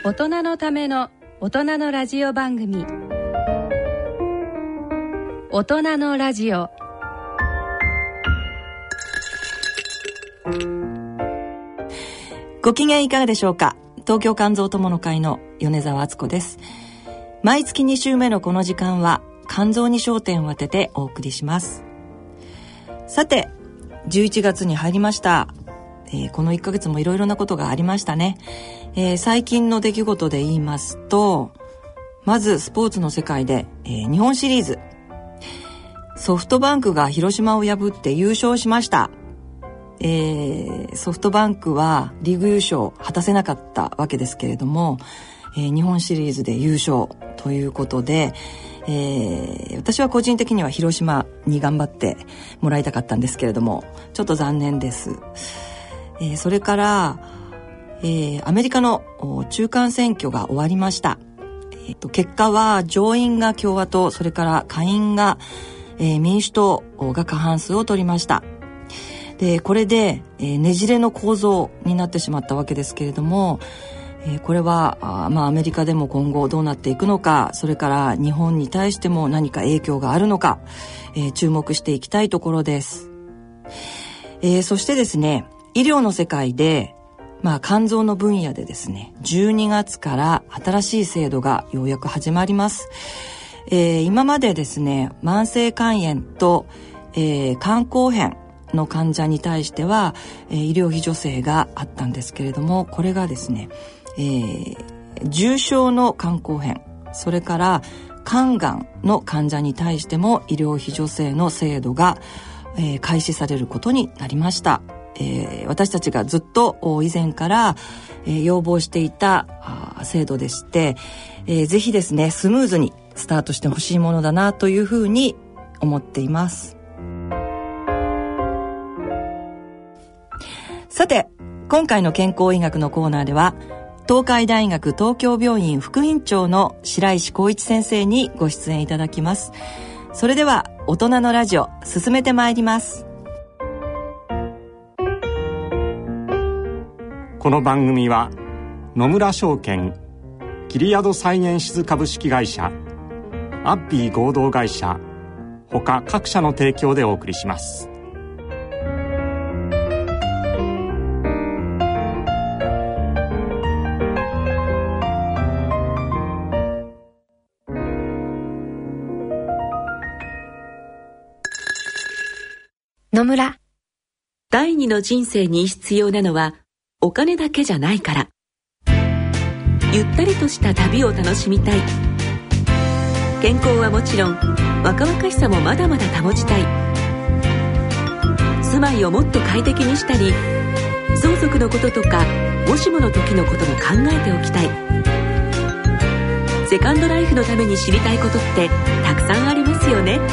大人のための大人のラジオ番組、大人のラジオ。 ご機嫌いかがでしょうか。東京肝臓友の会の米澤敦子です。毎月2週目のこの時間は肝臓に焦点を当ててお送りします。さて、11月に入りました。この1ヶ月もいろいろなことがありましたね。最近の出来事で言いますと、まずスポーツの世界で、日本シリーズソフトバンクが広島を破って優勝しました。ソフトバンクはリーグ優勝果たせなかったわけですけれども、日本シリーズで優勝ということで、私は個人的には広島に頑張ってもらいたかったんですけれども、ちょっと残念です。それから、アメリカの中間選挙が終わりました。結果は上院が共和党、それから下院が、民主党が過半数を取りました。で、これで、ねじれの構造になってしまったわけですけれども、これはアメリカでも今後どうなっていくのか、それから日本に対しても何か影響があるのか、注目していきたいところです。そしてですね、医療の世界で、肝臓の分野でですね、12月から新しい制度がようやく始まります。今までですね、慢性肝炎と、肝硬変の患者に対しては、医療費助成があったんですけれども、これがですね、重症の肝硬変、それから肝がんの患者に対しても医療費助成の制度が、開始されることになりました。私たちがずっと以前から、要望していた制度でして、ぜひですね、スムーズにスタートしてほしいものだなというふうに思っています。さて、今回の健康医学のコーナーでは、東海大学東京病院副院長の白石浩一先生にご出演いただきます。それでは大人のラジオ、進めてまいります。 この番組は野村証券、キリヤドサイエンシズ株式会社、アッピー合同会社他各社の提供でお送りします。 野村。第二の人生に必要なのはお金だけじゃないから。ゆったりとした旅を楽しみたい。健康はもちろん若々しさもまだまだ保ちたい。住まいをもっと快適にしたり、相続のこととかもしもの時のことも考えておきたい。セカンドライフのために知りたいことってたくさんありますよね。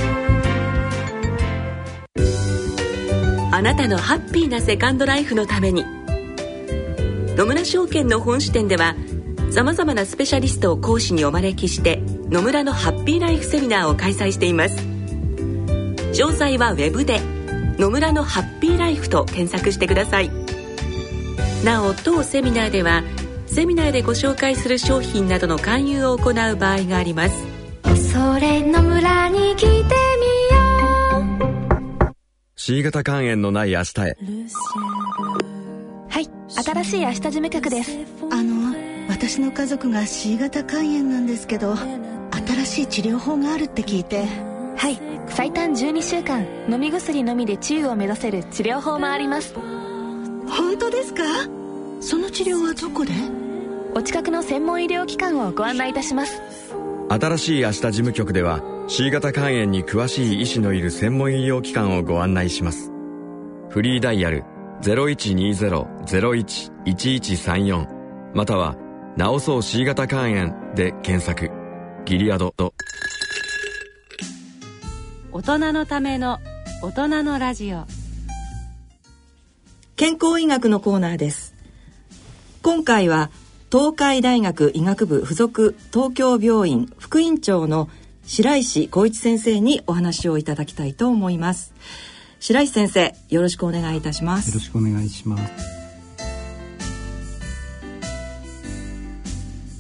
あなたのハッピーなセカンドライフのために、野村証券の本支店ではさまざまなスペシャリストを講師にお招きして、野村のハッピーライフセミナーを開催しています。詳細はウェブで野村のハッピーライフと検索してください。なお、当セミナーではセミナーでご紹介する商品などの勧誘を行う場合があります。 それ野村に来てみよう。 C 型肝炎のない明日へ。 はい、新しい明日事務局です。 私の家族が C 型肝炎なんですけど、新しい治療法があるって聞いて。 はい、最短12週間飲み薬のみで治癒を目指せる治療法もあります。 本当ですか？その治療はどこで？ お近くの専門医療機関をご案内いたします。 新しい明日事務局では C 型肝炎に詳しい医師のいる専門医療機関をご案内します。フリーダイヤル 0120-01-1134 または治そう C 型肝炎で検索。ギリアドと大人のための大人のラジオ。 健康医学のコーナーです。今回は東海大学医学部附属東京病院副院長の白石浩一先生にお話をいただきたいと思います。白石先生、よろしくお願いいたします。 よろしくお願いします。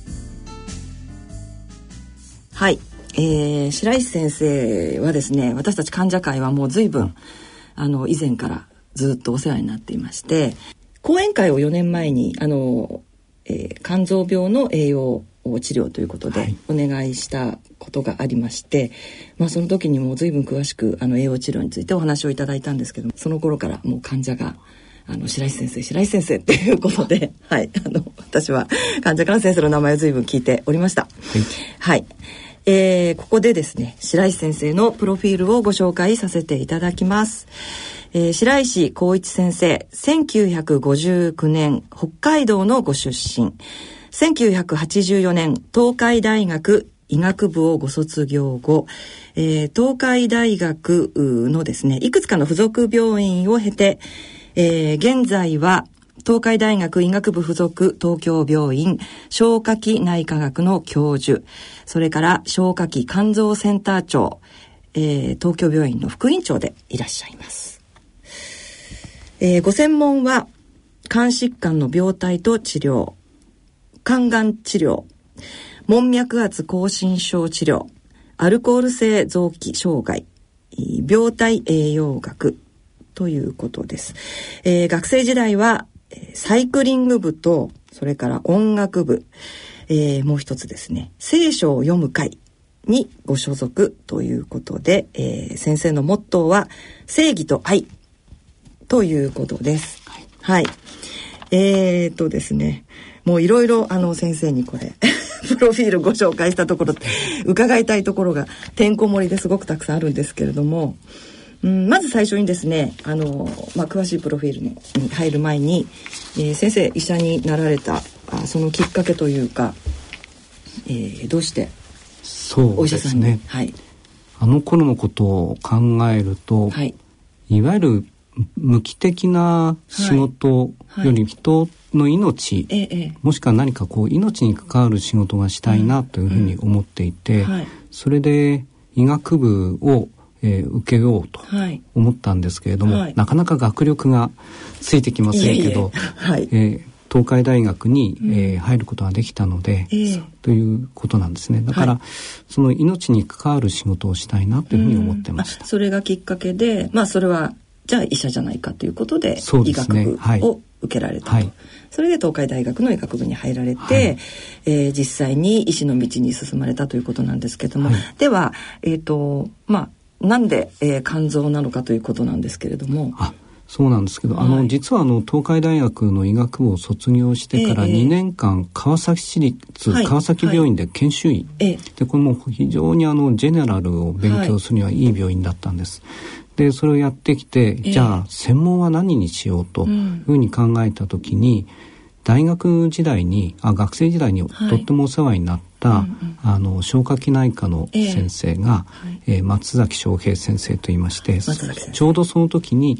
白石先生はですね、私たち患者会はもう随分以前からずっとお世話になっていまして、講演会を4年前に肝臓病の栄養治療ということでお願いしたことがありまして、その時にもう随分詳しく栄養治療についてお話をいただいたんですけども、その頃からもう患者が白石先生っていうことで、はい、私は患者から先生の名前を随分聞いておりました。はい、ここでですね、白石先生のプロフィールをご紹介させていただきます。白石光一先生、1959年北海道のご出身、1984年東海大学医学部をご卒業後、東海大学のですね、いくつかの付属病院を経て、現在は東海大学医学部附属東京病院消化器内科学の教授、それから消化器肝臓センター長、東京病院の副院長でいらっしゃいます。ご専門は肝疾患の病態と治療、肝がん治療、門脈圧亢進症治療、アルコール性臓器障害、病態栄養学ということです。学生時代はサイクリング部と、それから音楽部、もう一つですね、聖書を読む会にご所属ということで、先生のモットーは正義と愛ということです。はい。ですね、もういろいろ先生にこれプロフィールご紹介したところ伺いたいところがてんこ盛りですごくたくさんあるんですけれども、まず最初にですね、詳しいプロフィールに入る前に、先生医者になられたそのきっかけというか、どうしてお医者さんに、ね、はい、 あの頃のことを考えると、はい、いわゆる無機的な仕事より人の命、もしくは何か命に関わる仕事がしたいなというふうに思っていて、それで医学部を受けようと思ったんですけれども、なかなか学力がついてきませんけど、東海大学に、入ることができたので、ということなんですね。だから、その命に関わる仕事をしたいなというふうに思ってました。 それがきっかけで、それはじゃあ医者じゃないかということで、医学部を受けられたと。それで東海大学の医学部に入られて、実際に医師の道に進まれたということなんですけども、ではなんで、肝臓なのかということなんですけれども。 そうなんですけど、実は東海大学の医学部を卒業してから2年間、川崎市立、川崎病院で研修医、でこれも非常にジェネラルを勉強するにはいい病院だったんです。でそれをやってきて、じゃあ専門は何にしようというふうに考えた時に、大学時代に学生時代にとってもお世話になった、消化器内科の先生が、松崎翔平先生といいまして、ちょうどその時に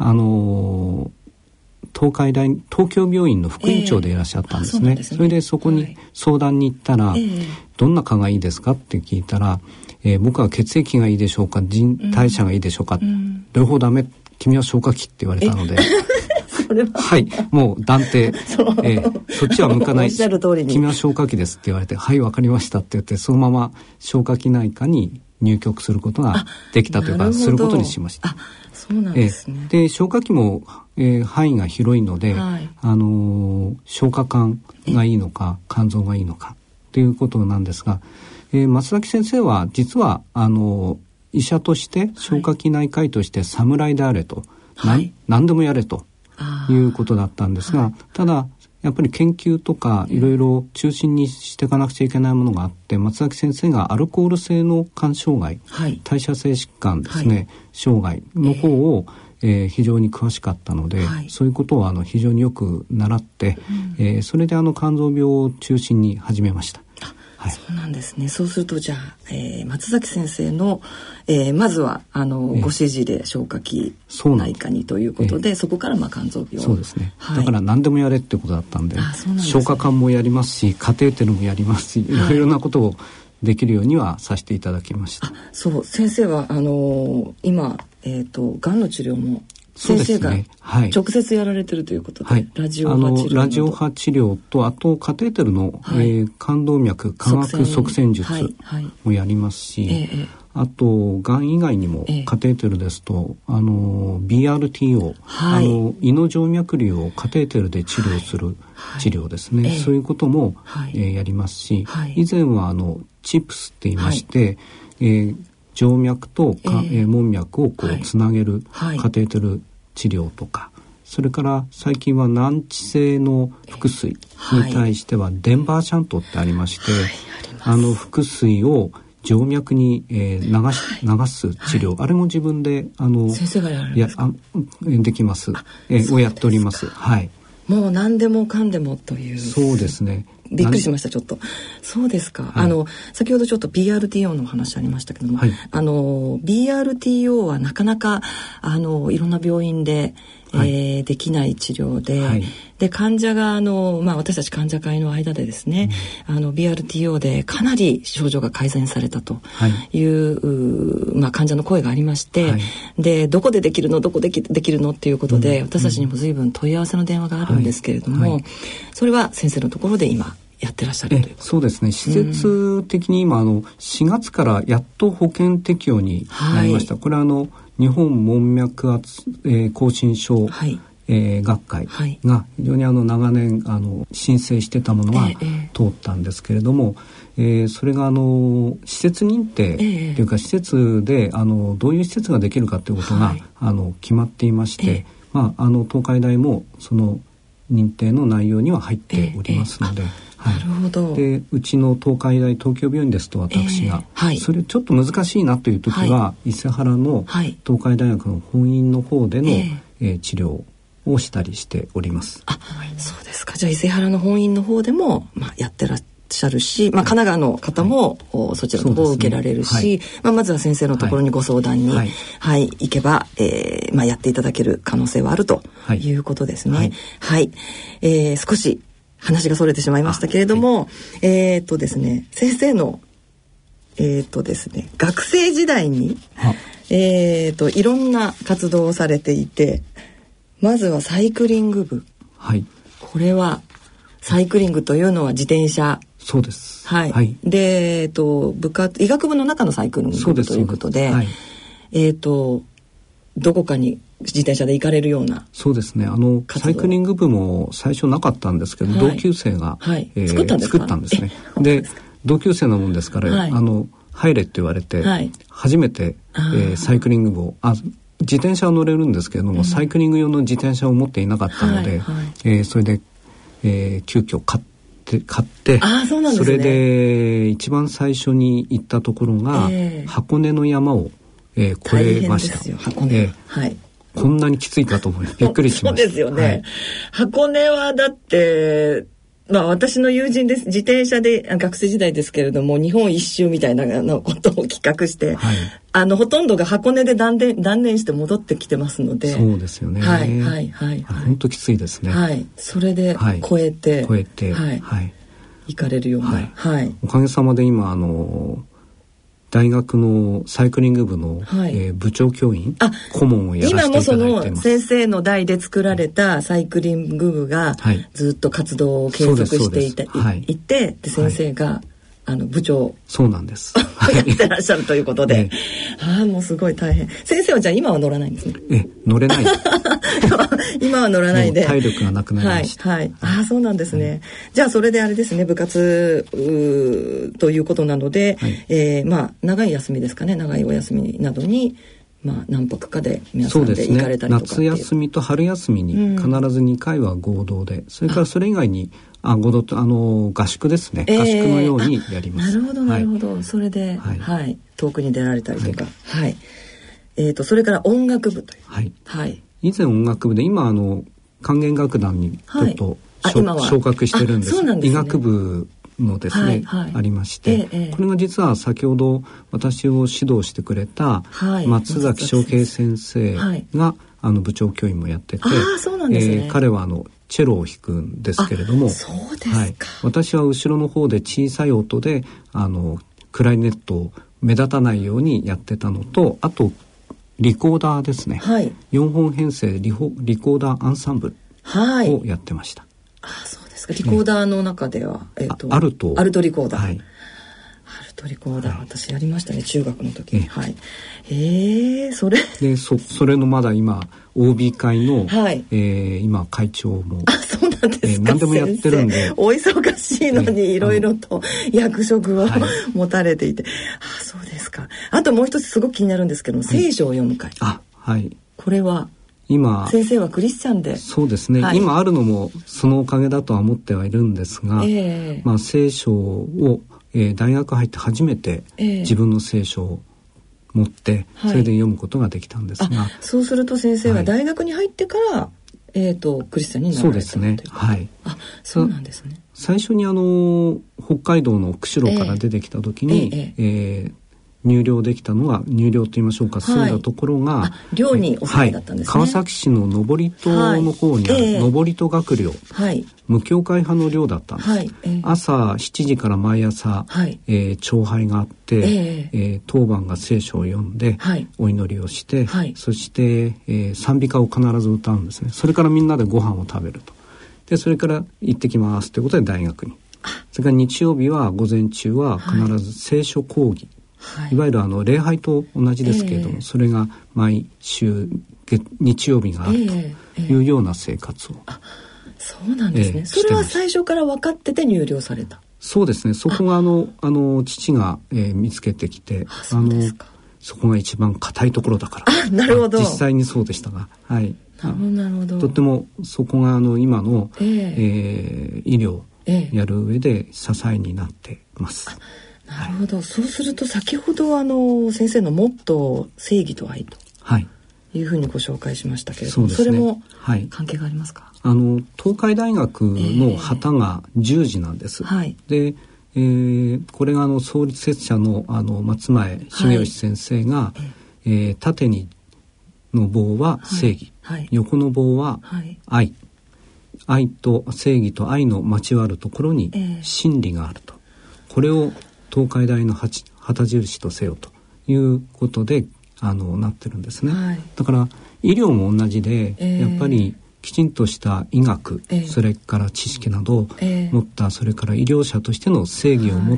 東京病院の副院長でいらっしゃったんですね。それでそこに相談に行ったら、どんな科がいいですかって聞いたら、僕は血液がいいでしょうか、代謝がいいでしょうか、両方ダメ、君は消化器って言われたのではい、もう断定、そっちは向かない、君は消化器ですって言われて、はい、わかりましたって言って、そのまま消化器内科に入局することができたというか、することにしました。 そうなんですね。 で消化器も、範囲が広いので、消化管がいいのか肝臓がいいのかということなんですが、松崎先生は実は医者として消化器内科医として侍であれと、何でもやれということだったんですが、ただやっぱり研究とかいろいろ中心にしていかなくちゃいけないものがあって、松崎先生がアルコール性の肝障害、代謝性疾患ですね、障害の方を、非常に詳しかったので、そういうことを非常によく習って、それで肝臓病を中心に始めました。 そうなんですね。そうするとじゃあ、松崎先生の、まずはご指示で消化器内科にということで、そこから肝臓病。 そうですね、だから何でもやれってことだったんで、消化管もやりますし、カテーテルもやりますし、いろいろなことをできるようにはさせていただきました。 そう、先生は今がんの治療も先生が直接やられてるということで、はい、ラジオ波治療と、あとカテーテルの、はい、冠動脈化学塞栓術もやりますし、あとがん以外にもカテーテルですと、BRTO、はい、胃の静脈瘤をカテーテルで治療する治療ですね、そういうことも、やりますし、以前はチップスって言いまして、静脈と門脈をこうつなげるカテーテル治療とか、それから最近は難治性の腹水に対してはデンバーシャントってありまして、腹水を静脈に、流す治療、あれも自分で先生がやられますか？ できます。をやっております。はい。 もう何でもかんでもという。 そうですね。 びっくりしました。ちょっとそうですか、はい、先ほどちょっと BRTO の話ありましたけども、はい、BRTO はなかなかいろんな病院で、できない治療で、はい、で患者が私たち患者会の間でですね、BRTO でかなり症状が改善されたという、患者の声がありまして、はい、でどこでできるのどこでできるのっていうことで、私たちにも随分問い合わせの電話があるんですけれども、それは先生のところで今やってらっしゃるということ。 そうですね。施設的に今4月からやっと保険適用になりました。これは日本門脈圧、亢進症、学会が非常に長年申請してたものが通ったんですけれども、それが施設認定というか、施設でどういう施設ができるかということが、決まっていまして、東海大もその認定の内容には入っておりますので、 なるほど。 でうちの東海大東京病院ですと、私が、それちょっと難しいなという時は、伊勢原の東海大学の本院の方での、治療をしたりしております。 そうですか。じゃあ伊勢原の本院の方でも、やってらっしゃるし、神奈川の方も、そちらの方を受けられるし、まずは先生のところにご相談に、行けば、やっていただける可能性はあるということですね。少し話がそれてしまいましたけれども、ですね、先生のですね、学生時代にいろんな活動をされていて、まずはサイクリング部、これはサイクリングというのは自転車、 そうです、 で、部活医学部の中のサイクリング部ということで、どこかに自転車で行かれるような。 そうですね。サイクリング部も最初なかったんですけど、同級生が、作ったんですね。で同級生のもんですから、入れって言われて、初めて、サイクリング部を自転車は乗れるんですけれども、サイクリング用の自転車を持っていなかったので、それで、急遽買って、 そうなんですね。 それで一番最初に行ったところが、箱根の山を、越えました。 箱根、 こんなにきついかと思いびっくりしました。 そうですよね、箱根はだって私の友人です。自転車で学生時代ですけれども、日本一周みたいなことを企画して、ほとんどが箱根で断念して戻ってきてますので。 そうですよね。本当きついですね。 それで越えて、行かれるような。 おかげさまで今大学のサイクリング部の、部長教員、顧問をやらせていただいてます。 今もその先生の代で作られたサイクリング部がずっと活動を継続していて、で先生が部長、 そうなんです。 やってらっしゃるということで、もうすごい大変。先生はじゃあ今は乗らないんですね。 乗れない。 今は乗らないで。 体力がなくなりました。 そうなんですね。じゃあそれであれですね、部活ということなので、長い休みですかね、長いお休みなどに何泊かで皆さんで行かれたりとか。 夏休みと春休みに必ず2回は合同で、それからそれ以外に合同と合宿ですね、合宿のようにやります。 なるほどなるほど、それで、遠くに出られたりとか、それから音楽部という、 以前音楽部で、今管弦楽団にちょっと、昇格してるんです。医学部のですね、ありまして、これが実は先ほど私を指導してくれた松崎翔平先生が部長教員もやってて、彼はチェロを弾くんですけれども、私は後ろの方で小さい音でクラリネットを目立たないようにやってたのと、あとリコーダーですね、 はい、 4本編成リコーダーアンサンブルをやってました。 そうですか。リコーダーの中では、 アルトリコーダー、 はい、 アルトリコーダー、私やりましたね、中学の時に。はい、それでそれのまだ今 OB 会の、 はい、 今会長もそうなんですか。 何でもやってるんでお忙しいのにいろいろと役職を、持たれていて、そうですか。あともう一つすごく気になるんですけど、聖書を読む会、 はい、これは今先生はクリスチャンで。 そうですね、今あるのもそのおかげだとは思ってはいるんですが、聖書を、大学入って初めて自分の聖書を持って、それで読むことができたんですが、 そうすると先生は大学に入ってから、クリスチャンになられた。そうですね。はい。そうなんですね。 最初に北海道の釧路から出てきた時に、入寮できたのが、入寮と言いましょうか、住んだところが寮にお住まいだったんですね。 川崎市の登戸の方にある登戸学寮、無教会派の寮だったんです。朝7時から毎朝、朝拝があって、当番が聖書を読んで、お祈りをして、そして、賛美歌を必ず歌うんですね。それからみんなでご飯を食べると。でそれから行ってきますということで大学に。それから日曜日は午前中は必ず聖書講義、いわゆる礼拝と同じですけれども、それが毎週日曜日があるというような生活を、 そうなんですね。それは最初から分かってて入寮された。 そうですね。そこが父が、見つけてきて、そこが一番硬いところだから。 なるほど。 実際にそうでしたが、はい。 なるほど。 とってもそこが今の、医療やる上で支えになっています。 なるほど。そうすると先ほど先生のモットー、正義と愛というふうにご紹介しましたけれども、それも関係がありますか？ 東海大学の旗が十字なんです。で、これが創立者の松前重義先生が、縦にの棒は正義、横の棒は愛、愛と正義と愛の交わるところに真理があると、これを東海大の旗印とせよということでなってるんですね。だから医療も同じで、やっぱりきちんとした医学、それから知識などを持った、それから医療者としての正義を持って、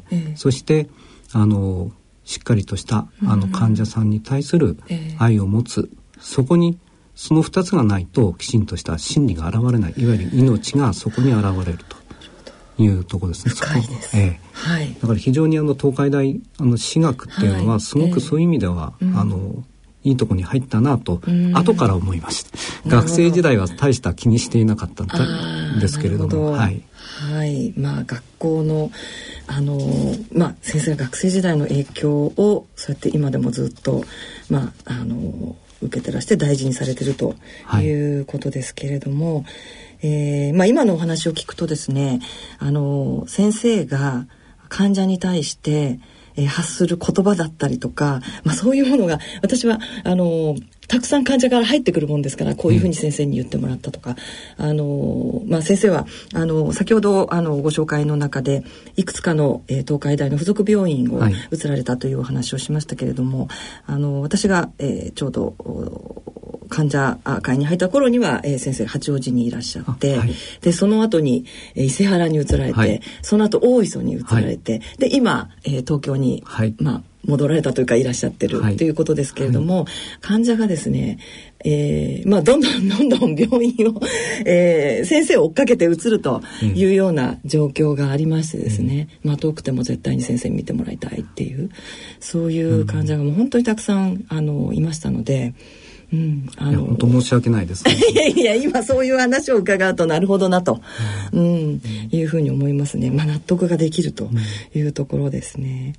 そしてしっかりとした患者さんに対する愛を持つ、そこにその2つがないときちんとした真理が現れない、いわゆる命がそこに現れるというところですね。 深いです。 だから非常に東海大私学っていうのはすごくそういう意味では、いいとこに入ったなと後から思いました。学生時代は大した気にしていなかったんですけれども、 学校の先生が学生時代の影響をそうやって今でもずっと受けてらして大事にされているということですけれども、今のお話を聞くとですね、先生が患者に対して発する言葉だったりとか、そういうものが私はたくさん患者から入ってくるもんですから、こういうふうに先生に言ってもらったとか、先生は先ほどご紹介の中でいくつかの、東海大の附属病院を移られたというお話をしましたけれども、私が、ちょうど患者会に入った頃には、先生八王子にいらっしゃって、でその後に、伊勢原に移られて、その後大磯に移られて、で今、東京に、戻られたというかいらっしゃってる、ということですけれども、患者がですね、どんどん病院を、先生を追っかけて移るというような状況がありましてですね、遠くても絶対に先生に見てもらいたいっていう、そういう患者がもう本当にたくさんいましたので、 本当申し訳ないですね。 いや今そういう話を伺うとなるほどなと、いうふうに思いますね。納得ができるというところですね。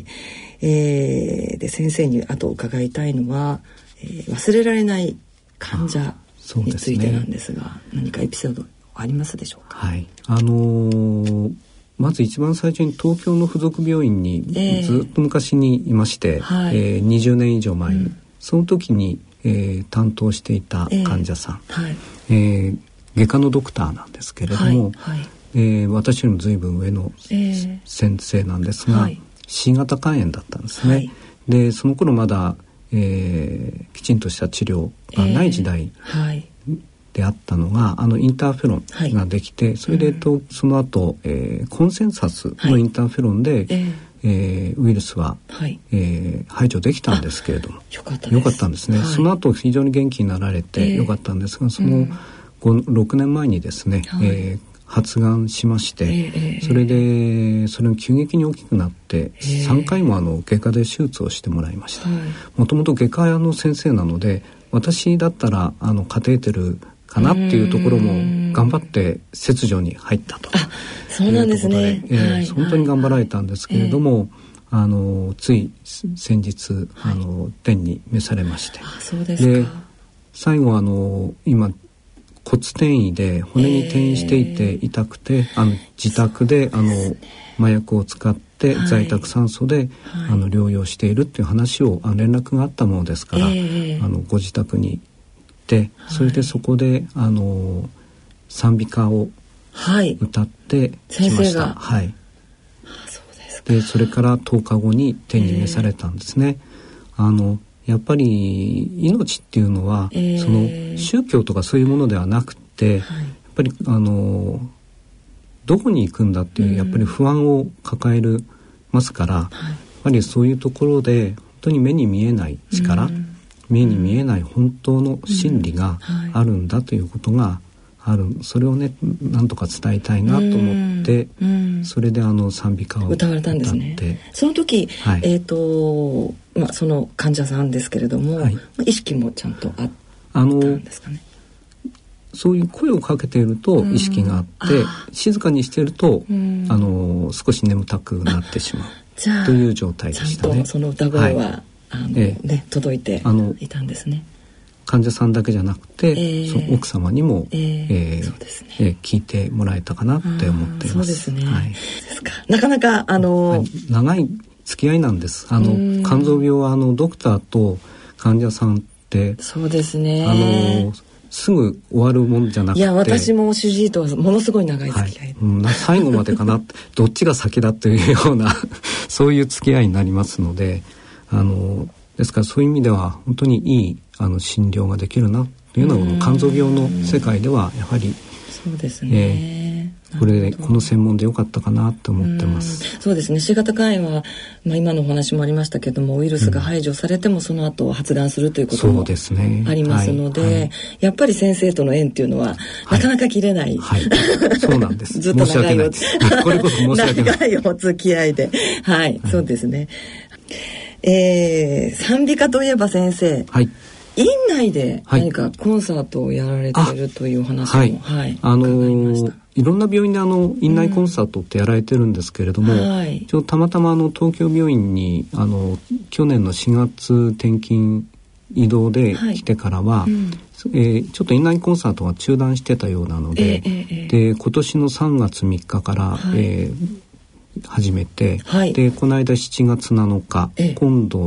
で先生にあと伺いたいのは、忘れられない患者についてなんですが、何かエピソードありますでしょうか？ まず一番最初に東京の附属病院にずっと昔にいまして、20年以上前に、その時に担当していた患者さん、外科のドクターなんですけれども、私よりも随分上の先生なんですが、C 型肝炎だったんですね。でその頃まだ、 きちんとした治療がない時代であったのが、インターフェロンができて、それでその後、コンセンサスのインターフェロンで、ウイルスは、排除できたんですけれども、よかったんですね、その後非常に元気になられてよかったんですが、その6年前にですね、発がんしまして、それの急激に大きくなって3回も外科で手術をしてもらいました。もともと外科の先生なので、私だったらカテーテルかなっていうところも頑張って切除に入ったと。 そうなんですね。 本当に頑張られたんですけれども、つい先日天に召されまして、 そうですか。 最後今骨転移で骨に転移していて痛くて、自宅で麻薬を使って在宅酸素で、療養しているっていう話を連絡があったものですから、ご自宅に行って、それでそこで賛美歌を歌ってきました。でそれから10日後に天に召されたんですね。やっぱり命っていうのは、その宗教とかそういうものではなくて、やっぱりどこに行くんだっていうやっぱり不安を抱えますから、やっぱりそういうところで本当に目に見えない力、目に見えない本当の真理があるんだということがある。それをね、なんとか伝えたいなと思って、それで賛美歌を歌われたんですね。その時、その患者さんですけれども、意識もちゃんとあったんですかね。 そういう声をかけていると意識があって、静かにしていると少し眠たくなってしまうという状態でしたね。 ちゃんとその歌声は、届いていたんですね。 患者さんだけじゃなくて、その奥様にも、聞いてもらえたかなって思っています。 そうですね。なかなか長い付き合いなんです。肝臓病はドクターと患者さんってそうですね。 すぐ終わるもんじゃなくて、 いや私も主治医とはものすごい長い付き合い、 最後までかなどっちが先だというようなそういう付き合いになりますので、ですからそういう意味では本当にいい診療ができるなというのは肝臓病の世界ではやはりそうですね。 これでこの専門で良かったかなと思ってます。 そうですね。C 型肝炎は、今のお話もありましたけども、ウイルスが排除されてもその後発がんするということもありますので、やっぱり先生との縁っていうのはなかなか切れない。 そうなんです。 ずっと長いこれこそ申し訳ない。 長いお付き合いで、そうですね。賛美歌といえば先生。院内で何かコンサートをやられているという話も、伺いました。 いろんな病院で院内コンサートってやられてるんですけれども、たまたま東京病院に去年の4月転勤移動で来てからは、ちょっと院内コンサートが中断してたようなので、で今年の3月3日から、始めて、でこの間7月7日、今度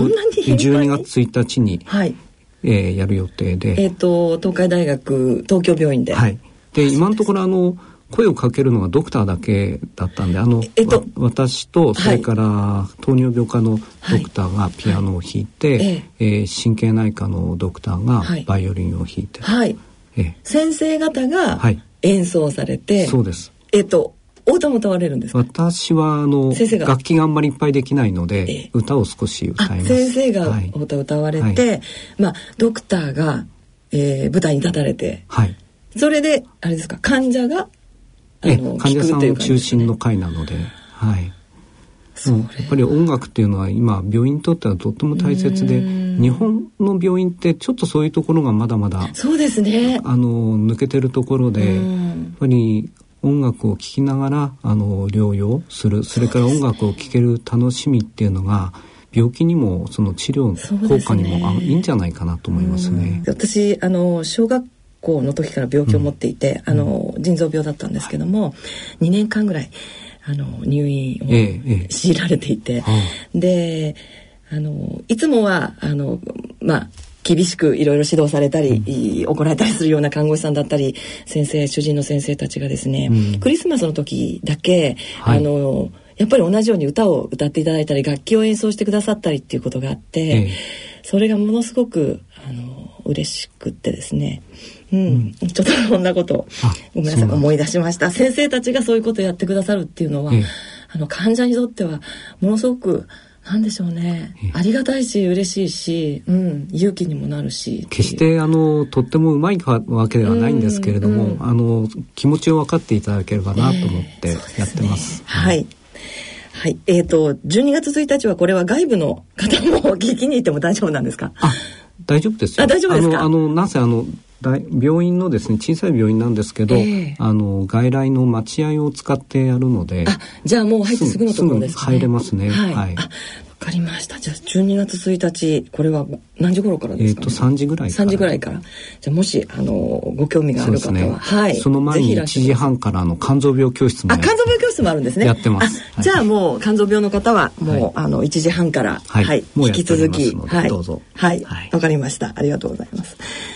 12月1日に、やる予定で、 東海大学東京病院で、 で今のところ声をかけるのがドクターだけだったんで、私とそれから糖尿病科のドクターがピアノを弾いて、神経内科のドクターがバイオリンを弾いて、 先生方が演奏されて、 そうです。 お歌も歌われるんですか？ 私は楽器があんまりいっぱいできないので、歌を少し歌います。 先生がお歌を歌われて、ドクターが、舞台に立たれて、それであれですか、患者が患者さんを中心の会なので、やっぱり音楽っていうのは今病院にとってはとっても大切で、日本の病院ってちょっとそういうところがまだまだそうですね、 抜けてるところで、やっぱり音楽を聴きながら療養する、それから音楽を聴ける楽しみっていうのが病気にもその治療効果にもいいんじゃないかなと思いますね。 私小学校の時から病気を持っていて、腎臓病だったんですけども、2年間ぐらい入院を強いられていて、でいつもは厳しくいろいろ指導されたり、怒られたりするような看護師さんだったり主治医の先生たちがですね、クリスマスの時だけ、やっぱり同じように歌を歌っていただいたり楽器を演奏してくださったりっていうことがあって、 それがものすごく嬉しくってですね、ちょっとそんなことをごめんなさい思い出しました。先生たちがそういうことをやってくださるっていうのは、患者にとってはものすごくなんでしょうね、ありがたいし嬉しいし、勇気にもなるし。決してとってもうまいわけではないんですけれども、気持ちを分かっていただければなと思ってやってます。はい。はい。12月1日はこれは外部の方も聞きに行っても大丈夫なんですか？大丈夫ですよ。大丈夫ですか？なんせ病院のですね、小さい病院なんですけど、外来の待合を使ってやるので、じゃあもう入ってすぐのところですかね。すぐ入れますね。はい。わかりました。じゃあ12月1日これは何時頃からですかね？3時ぐらいから。3時ぐらいから。じゃあもしご興味がある方は、はい。その前に1時半から肝臓病教室も肝臓病教室もあるんですね。やってます。じゃあもう肝臓病の方はもう1時半から、はい、引き続き、はい、どうぞ。はい。わかりました。ありがとうございます。